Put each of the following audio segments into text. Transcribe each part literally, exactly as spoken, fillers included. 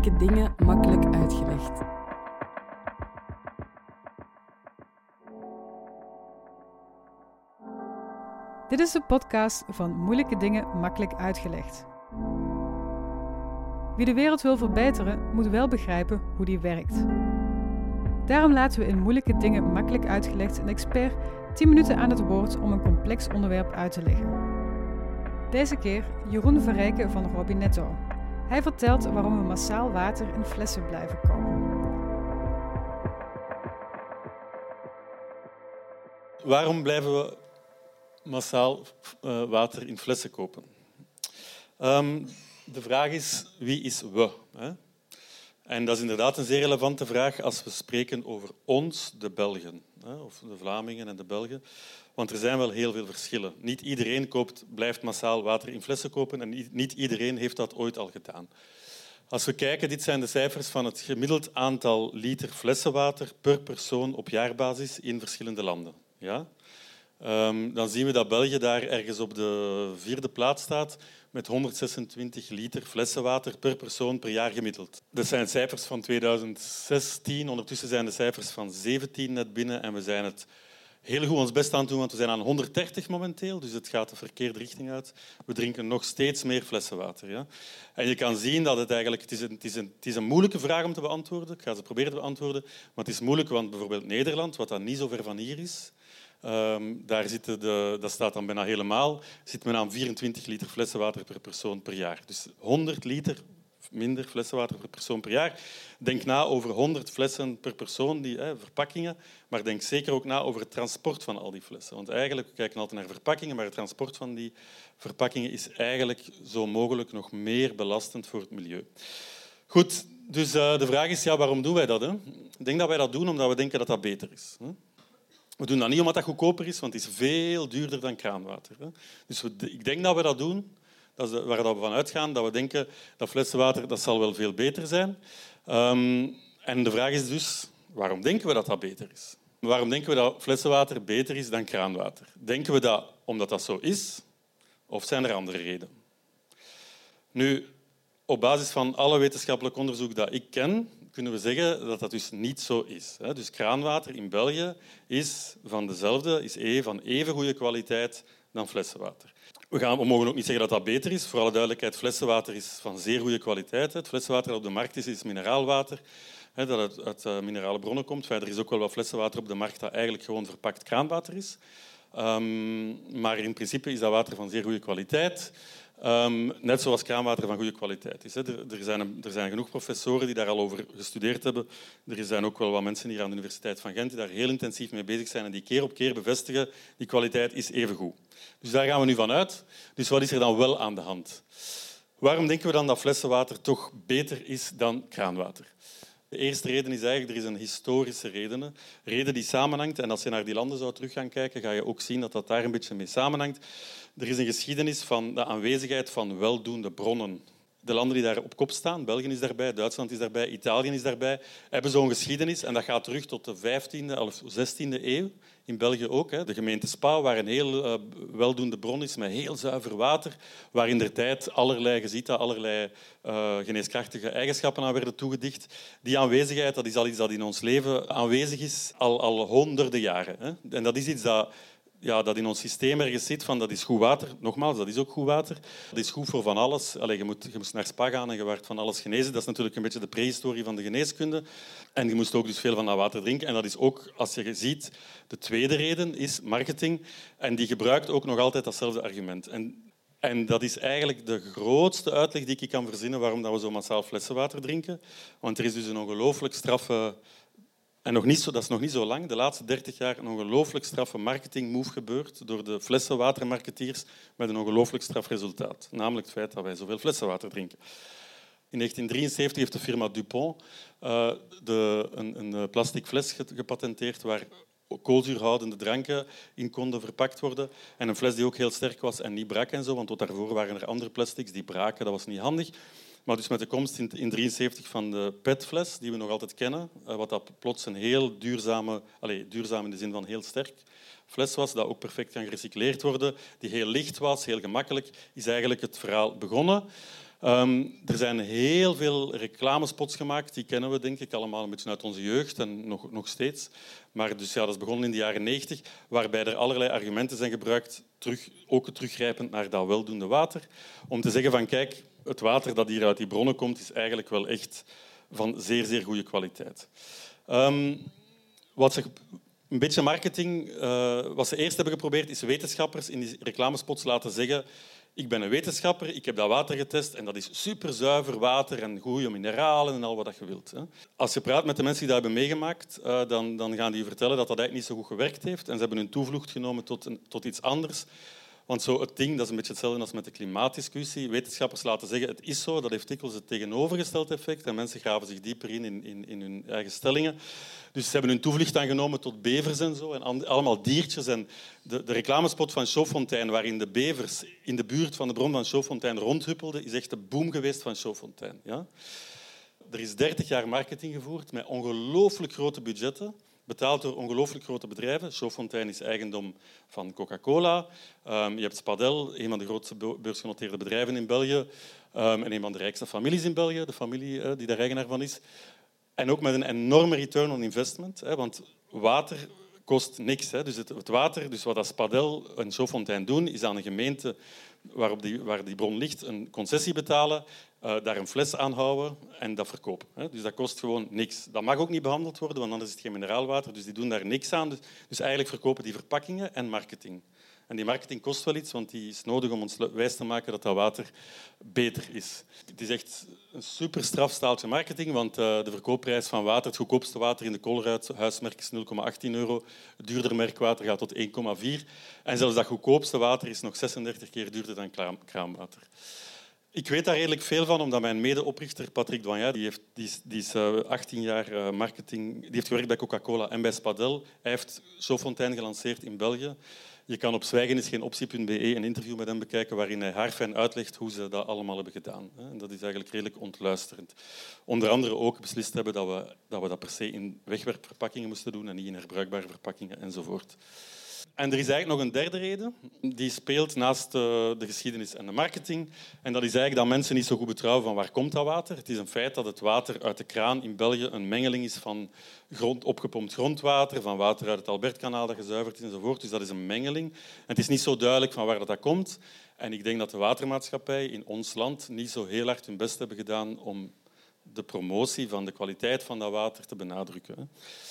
Moeilijke dingen makkelijk uitgelegd. Dit is de podcast van Moeilijke dingen makkelijk uitgelegd. Wie de wereld wil verbeteren, moet wel begrijpen hoe die werkt. Daarom laten we in Moeilijke dingen makkelijk uitgelegd een expert tien minuten aan het woord om een complex onderwerp uit te leggen. Deze keer Jeroen Verrijken van Robinetto. Hij vertelt waarom we massaal water in flessen blijven kopen. Waarom blijven we massaal uh, water in flessen kopen? Um, de vraag is, wie is we? Hè? En dat is inderdaad een zeer relevante vraag als we spreken over ons, de Belgen. Hè? Of de Vlamingen en de Belgen. Want er zijn wel heel veel verschillen. Niet iedereen koopt, blijft massaal water in flessen kopen en niet iedereen heeft dat ooit al gedaan. Als we kijken, dit zijn de cijfers van het gemiddeld aantal liter flessenwater per persoon op jaarbasis in verschillende landen. Ja? Um, dan zien we dat België daar ergens op de vierde plaats staat met honderdzesentwintig liter flessenwater per persoon per jaar gemiddeld. Dat zijn cijfers van tweeduizend zestien. Ondertussen zijn de cijfers van zeventien net binnen en we zijn het heel goed ons best aan het doen, want we zijn aan honderddertig momenteel, dus het gaat de verkeerde richting uit. We drinken nog steeds meer flessenwater. Ja? En je kan zien dat het eigenlijk... Het is, een, het, is een, het is een moeilijke vraag om te beantwoorden. Ik ga ze proberen te beantwoorden. Maar het is moeilijk, want bijvoorbeeld Nederland, wat dan niet zo ver van hier is, um, daar zitten de, dat staat dan bijna helemaal, zit men aan vierentwintig liter flessenwater per persoon per jaar. Dus honderd liter minder flessenwater per persoon per jaar. Denk na over honderd flessen per persoon, die, hè, verpakkingen, maar denk zeker ook na over het transport van al die flessen. Want eigenlijk, we kijken altijd naar verpakkingen, maar het transport van die verpakkingen is eigenlijk zo mogelijk nog meer belastend voor het milieu. Goed, dus uh, de vraag is, ja, waarom doen wij dat? Hè? Ik denk dat wij dat doen omdat we denken dat dat beter is. Hè? We doen dat niet omdat dat goedkoper is, want het is veel duurder dan kraanwater. Hè? Dus we, ik denk dat we dat doen. Dat is waar we van uitgaan, dat we denken dat flessenwater dat zal wel veel beter zijn. Um, en de vraag is dus, waarom denken we dat dat beter is? Waarom denken we dat flessenwater beter is dan kraanwater? Denken we dat omdat dat zo is, of zijn er andere redenen? Nu, op basis van alle wetenschappelijk onderzoek dat ik ken, kunnen we zeggen dat dat dus niet zo is. Dus kraanwater in België is van dezelfde, is van even goede kwaliteit dan flessenwater. We, gaan, we mogen ook niet zeggen dat dat beter is. Voor alle duidelijkheid, flessenwater is van zeer goede kwaliteit. Het flessenwater dat op de markt is, is mineraalwater, dat uit, uit uh, minerale bronnen komt. Er is ook wel wat flessenwater op de markt dat eigenlijk gewoon verpakt kraanwater is. Um, maar in principe is dat water van zeer goede kwaliteit. Um, net zoals kraanwater van goede kwaliteit is. Hè. Er, er, zijn, er zijn genoeg professoren die daar al over gestudeerd hebben. Er zijn ook wel wat mensen hier aan de Universiteit van Gent die daar heel intensief mee bezig zijn en die keer op keer bevestigen die kwaliteit is even goed. Dus daar gaan we nu van uit. Dus wat is er dan wel aan de hand? Waarom denken we dan dat flessenwater toch beter is dan kraanwater? De eerste reden is eigenlijk, er is een historische reden. Een reden die samenhangt. En als je naar die landen zou terug gaan kijken, ga je ook zien dat dat daar een beetje mee samenhangt. Er is een geschiedenis van de aanwezigheid van weldoende bronnen. De landen die daar op kop staan, België is daarbij, Duitsland is daarbij, Italië is daarbij, hebben zo'n geschiedenis. En dat gaat terug tot de vijftiende of zestiende eeuw. In België ook. De gemeente Spa, waar een heel uh, weldoende bron is met heel zuiver water, waar in der tijd allerlei, je ziet dat, allerlei uh, geneeskrachtige eigenschappen aan werden toegedicht. Die aanwezigheid, dat is al iets dat in ons leven aanwezig is al, al honderden jaren. Hè? En dat is iets dat... Ja, dat in ons systeem ergens zit van dat is goed water. Nogmaals, dat is ook goed water. Dat is goed voor van alles. Allee, je, moet, je moest naar Spa gaan en je werd van alles genezen. Dat is natuurlijk een beetje de prehistorie van de geneeskunde. En je moest ook dus veel van dat water drinken. En dat is ook, als je ziet, de tweede reden is marketing. En die gebruikt ook nog altijd datzelfde argument. En, en dat is eigenlijk de grootste uitleg die ik kan verzinnen waarom we zo massaal flessenwater drinken. Want er is dus een ongelooflijk straffe... En nog niet zo, dat is nog niet zo lang. De laatste dertig jaar een ongelooflijk straffe marketingmove gebeurd door de flessenwatermarketeers met een ongelooflijk straf resultaat. Namelijk het feit dat wij zoveel flessenwater drinken. In negentien drieënzeventig heeft de firma Dupont uh, de, een, een plastic fles gepatenteerd waar koolzuurhoudende dranken in konden verpakt worden. En een fles die ook heel sterk was en niet brak en zo, want tot daarvoor waren er andere plastics die braken. Dat was niet handig. Maar dus met de komst in negentien drieënzeventig van de petfles, die we nog altijd kennen, wat dat plots een heel duurzame, allez, duurzaam in de zin van heel sterk fles was, dat ook perfect kan gerecycleerd worden, die heel licht was, heel gemakkelijk, is eigenlijk het verhaal begonnen. Um, er zijn heel veel reclamespots gemaakt, die kennen we denk ik allemaal een beetje uit onze jeugd en nog, nog steeds. Maar dus, ja, dat is begonnen in de jaren negentig, waarbij er allerlei argumenten zijn gebruikt, terug, ook teruggrijpend naar dat weldoende water, om te zeggen van kijk, het water dat hier uit die bronnen komt, is eigenlijk wel echt van zeer, zeer goede kwaliteit. Um, wat ze, een beetje marketing, uh, wat ze eerst hebben geprobeerd, is wetenschappers in die reclamespots laten zeggen ik ben een wetenschapper, ik heb dat water getest en dat is superzuiver water en goede mineralen en al wat je wilt. Als je praat met de mensen die dat hebben meegemaakt, dan, dan gaan die je vertellen dat dat eigenlijk niet zo goed gewerkt heeft en ze hebben hun toevlucht genomen tot, een, tot iets anders. Want zo het ding, dat is een beetje hetzelfde als met de klimaatdiscussie. Wetenschappers laten zeggen het is zo, dat heeft dikwijls het tegenovergestelde effect en mensen graven zich dieper in, in, in, in hun eigen stellingen. Dus ze hebben hun toevlucht aangenomen tot bevers en zo, en allemaal diertjes. En de, de reclamespot van Chauffontaine, waarin de bevers in de buurt van de bron van Chauffontaine rondhuppelden, is echt de boom geweest van Chauffontaine. Ja? Er is dertig jaar marketing gevoerd met ongelooflijk grote budgetten, betaald door ongelooflijk grote bedrijven. Chauffontaine is eigendom van Coca-Cola. Um, je hebt Spadel, een van de grootste beursgenoteerde bedrijven in België, um, en een van de rijkste families in België, de familie uh, die daar eigenaar van is. En ook met een enorme return on investment, hè, want water kost niks. Hè. Dus het, het water, dus wat Spadel en Chauffontaine doen, is aan een gemeente waarop die, waar die bron ligt een concessie betalen, uh, daar een fles aan houden en dat verkopen. Hè. Dus dat kost gewoon niks. Dat mag ook niet behandeld worden, want anders is het geen mineraalwater. Dus die doen daar niks aan. Dus, dus eigenlijk verkopen die verpakkingen en marketing. En die marketing kost wel iets, want die is nodig om ons wijs te maken dat dat water beter is. Het is echt een super strafstaaltje marketing, want de verkoopprijs van water, het goedkoopste water in de Colruyt-huismerk is nul komma achttien euro. Het duurder merkwater gaat tot één komma vier. En zelfs dat goedkoopste water is nog zesendertig keer duurder dan kraanwater. Ik weet daar redelijk veel van, omdat mijn medeoprichter Patrick Doyen, die, heeft, die is, die is uh, achttien jaar uh, marketing, die heeft gewerkt bij Coca-Cola en bij Spadel. Hij heeft Chauffontaine gelanceerd in België. Je kan op zwijgenisgeenoptie punt be een interview met hem bekijken waarin hij haarfijn uitlegt hoe ze dat allemaal hebben gedaan. En dat is eigenlijk redelijk ontluisterend. Onder andere ook beslist hebben dat we dat, we dat per se in wegwerpverpakkingen moesten doen en niet in herbruikbare verpakkingen enzovoort. En er is eigenlijk nog een derde reden, die speelt naast de geschiedenis en de marketing. En dat is eigenlijk dat mensen niet zo goed betrouwen van waar komt dat water. Het is een feit dat het water uit de kraan in België een mengeling is van grond, opgepompt grondwater, van water uit het Albertkanaal dat gezuiverd is enzovoort. Dus dat is een mengeling. En het is niet zo duidelijk van waar dat, dat komt. En ik denk dat de watermaatschappij in ons land niet zo heel hard hun best hebben gedaan om de promotie van de kwaliteit van dat water te benadrukken.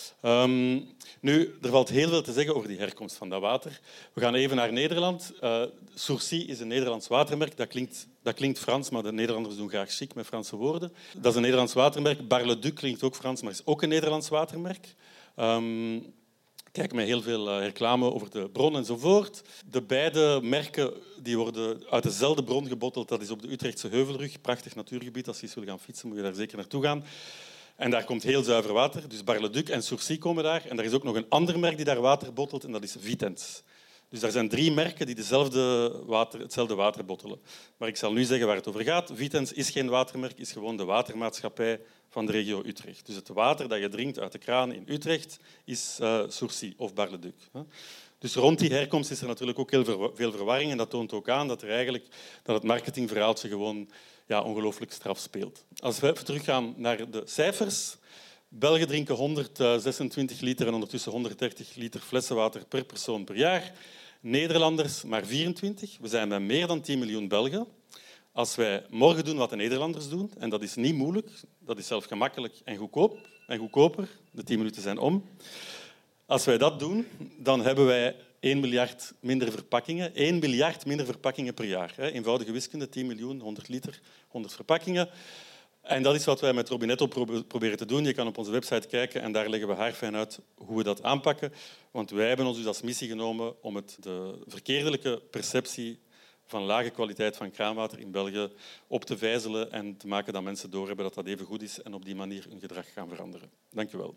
Um, nu, er valt heel veel te zeggen over die herkomst van dat water. We gaan even naar Nederland. Uh, Sourcy is een Nederlands watermerk. Dat klinkt, dat klinkt Frans, maar de Nederlanders doen graag chic met Franse woorden. Dat is een Nederlands watermerk. Bar-le-Duc klinkt ook Frans, maar is ook een Nederlands watermerk. Um, Kijk met heel veel reclame over de bron enzovoort. De beide merken die worden uit dezelfde bron gebotteld. Dat is op de Utrechtse Heuvelrug. Prachtig natuurgebied. Als je eens wil gaan fietsen, moet je daar zeker naartoe gaan. En daar komt heel zuiver water. Dus Bar-le-Duc en Sourcy komen daar. En er is ook nog een ander merk die daar water bottelt, en dat is Vitens. Dus er zijn drie merken die dezelfde water, hetzelfde water bottelen. Maar ik zal nu zeggen waar het over gaat. Vitens is geen watermerk, is gewoon de watermaatschappij van de regio Utrecht. Dus het water dat je drinkt uit de kraan in Utrecht is uh, Sourcy of Bar-le-Duc. Dus rond die herkomst is er natuurlijk ook heel veel verwarring. En dat toont ook aan dat, er eigenlijk, dat het marketingverhaaltje gewoon ja, ongelooflijk straf speelt. Als we even teruggaan naar de cijfers. Belgen drinken honderdzesentwintig liter en ondertussen honderddertig liter flessenwater per persoon per jaar. Nederlanders maar vierentwintig. We zijn bij meer dan tien miljoen Belgen. Als wij morgen doen wat de Nederlanders doen, en dat is niet moeilijk, dat is zelfs gemakkelijk en goedkoop, en goedkoper, de tien minuten zijn om. Als wij dat doen, dan hebben wij één miljard minder verpakkingen. één miljard minder verpakkingen per jaar. Eenvoudige wiskunde, tien miljoen, honderd liter, honderd verpakkingen. En dat is wat wij met Robinetto proberen te doen. Je kan op onze website kijken en daar leggen we haarfijn uit hoe we dat aanpakken. Want wij hebben ons dus als missie genomen om het, de verkeerdelijke perceptie van lage kwaliteit van kraanwater in België op te vijzelen en te maken dat mensen doorhebben dat dat even goed is en op die manier hun gedrag gaan veranderen. Dank u wel.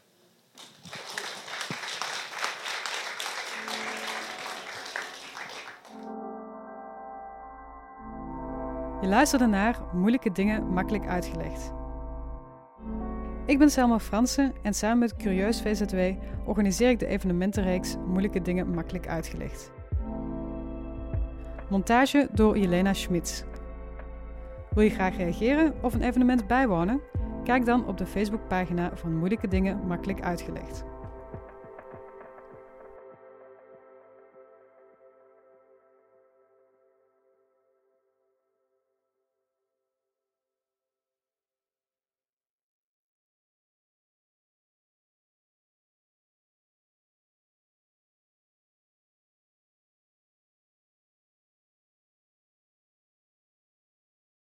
Je luisterde naar Moeilijke dingen makkelijk uitgelegd. Ik ben Selma Fransen en samen met Curieus V Z W organiseer ik de evenementenreeks Moeilijke dingen makkelijk uitgelegd. Montage door Jelena Schmitz. Wil je graag reageren of een evenement bijwonen? Kijk dan op de Facebookpagina van Moeilijke Dingen Makkelijk Uitgelegd.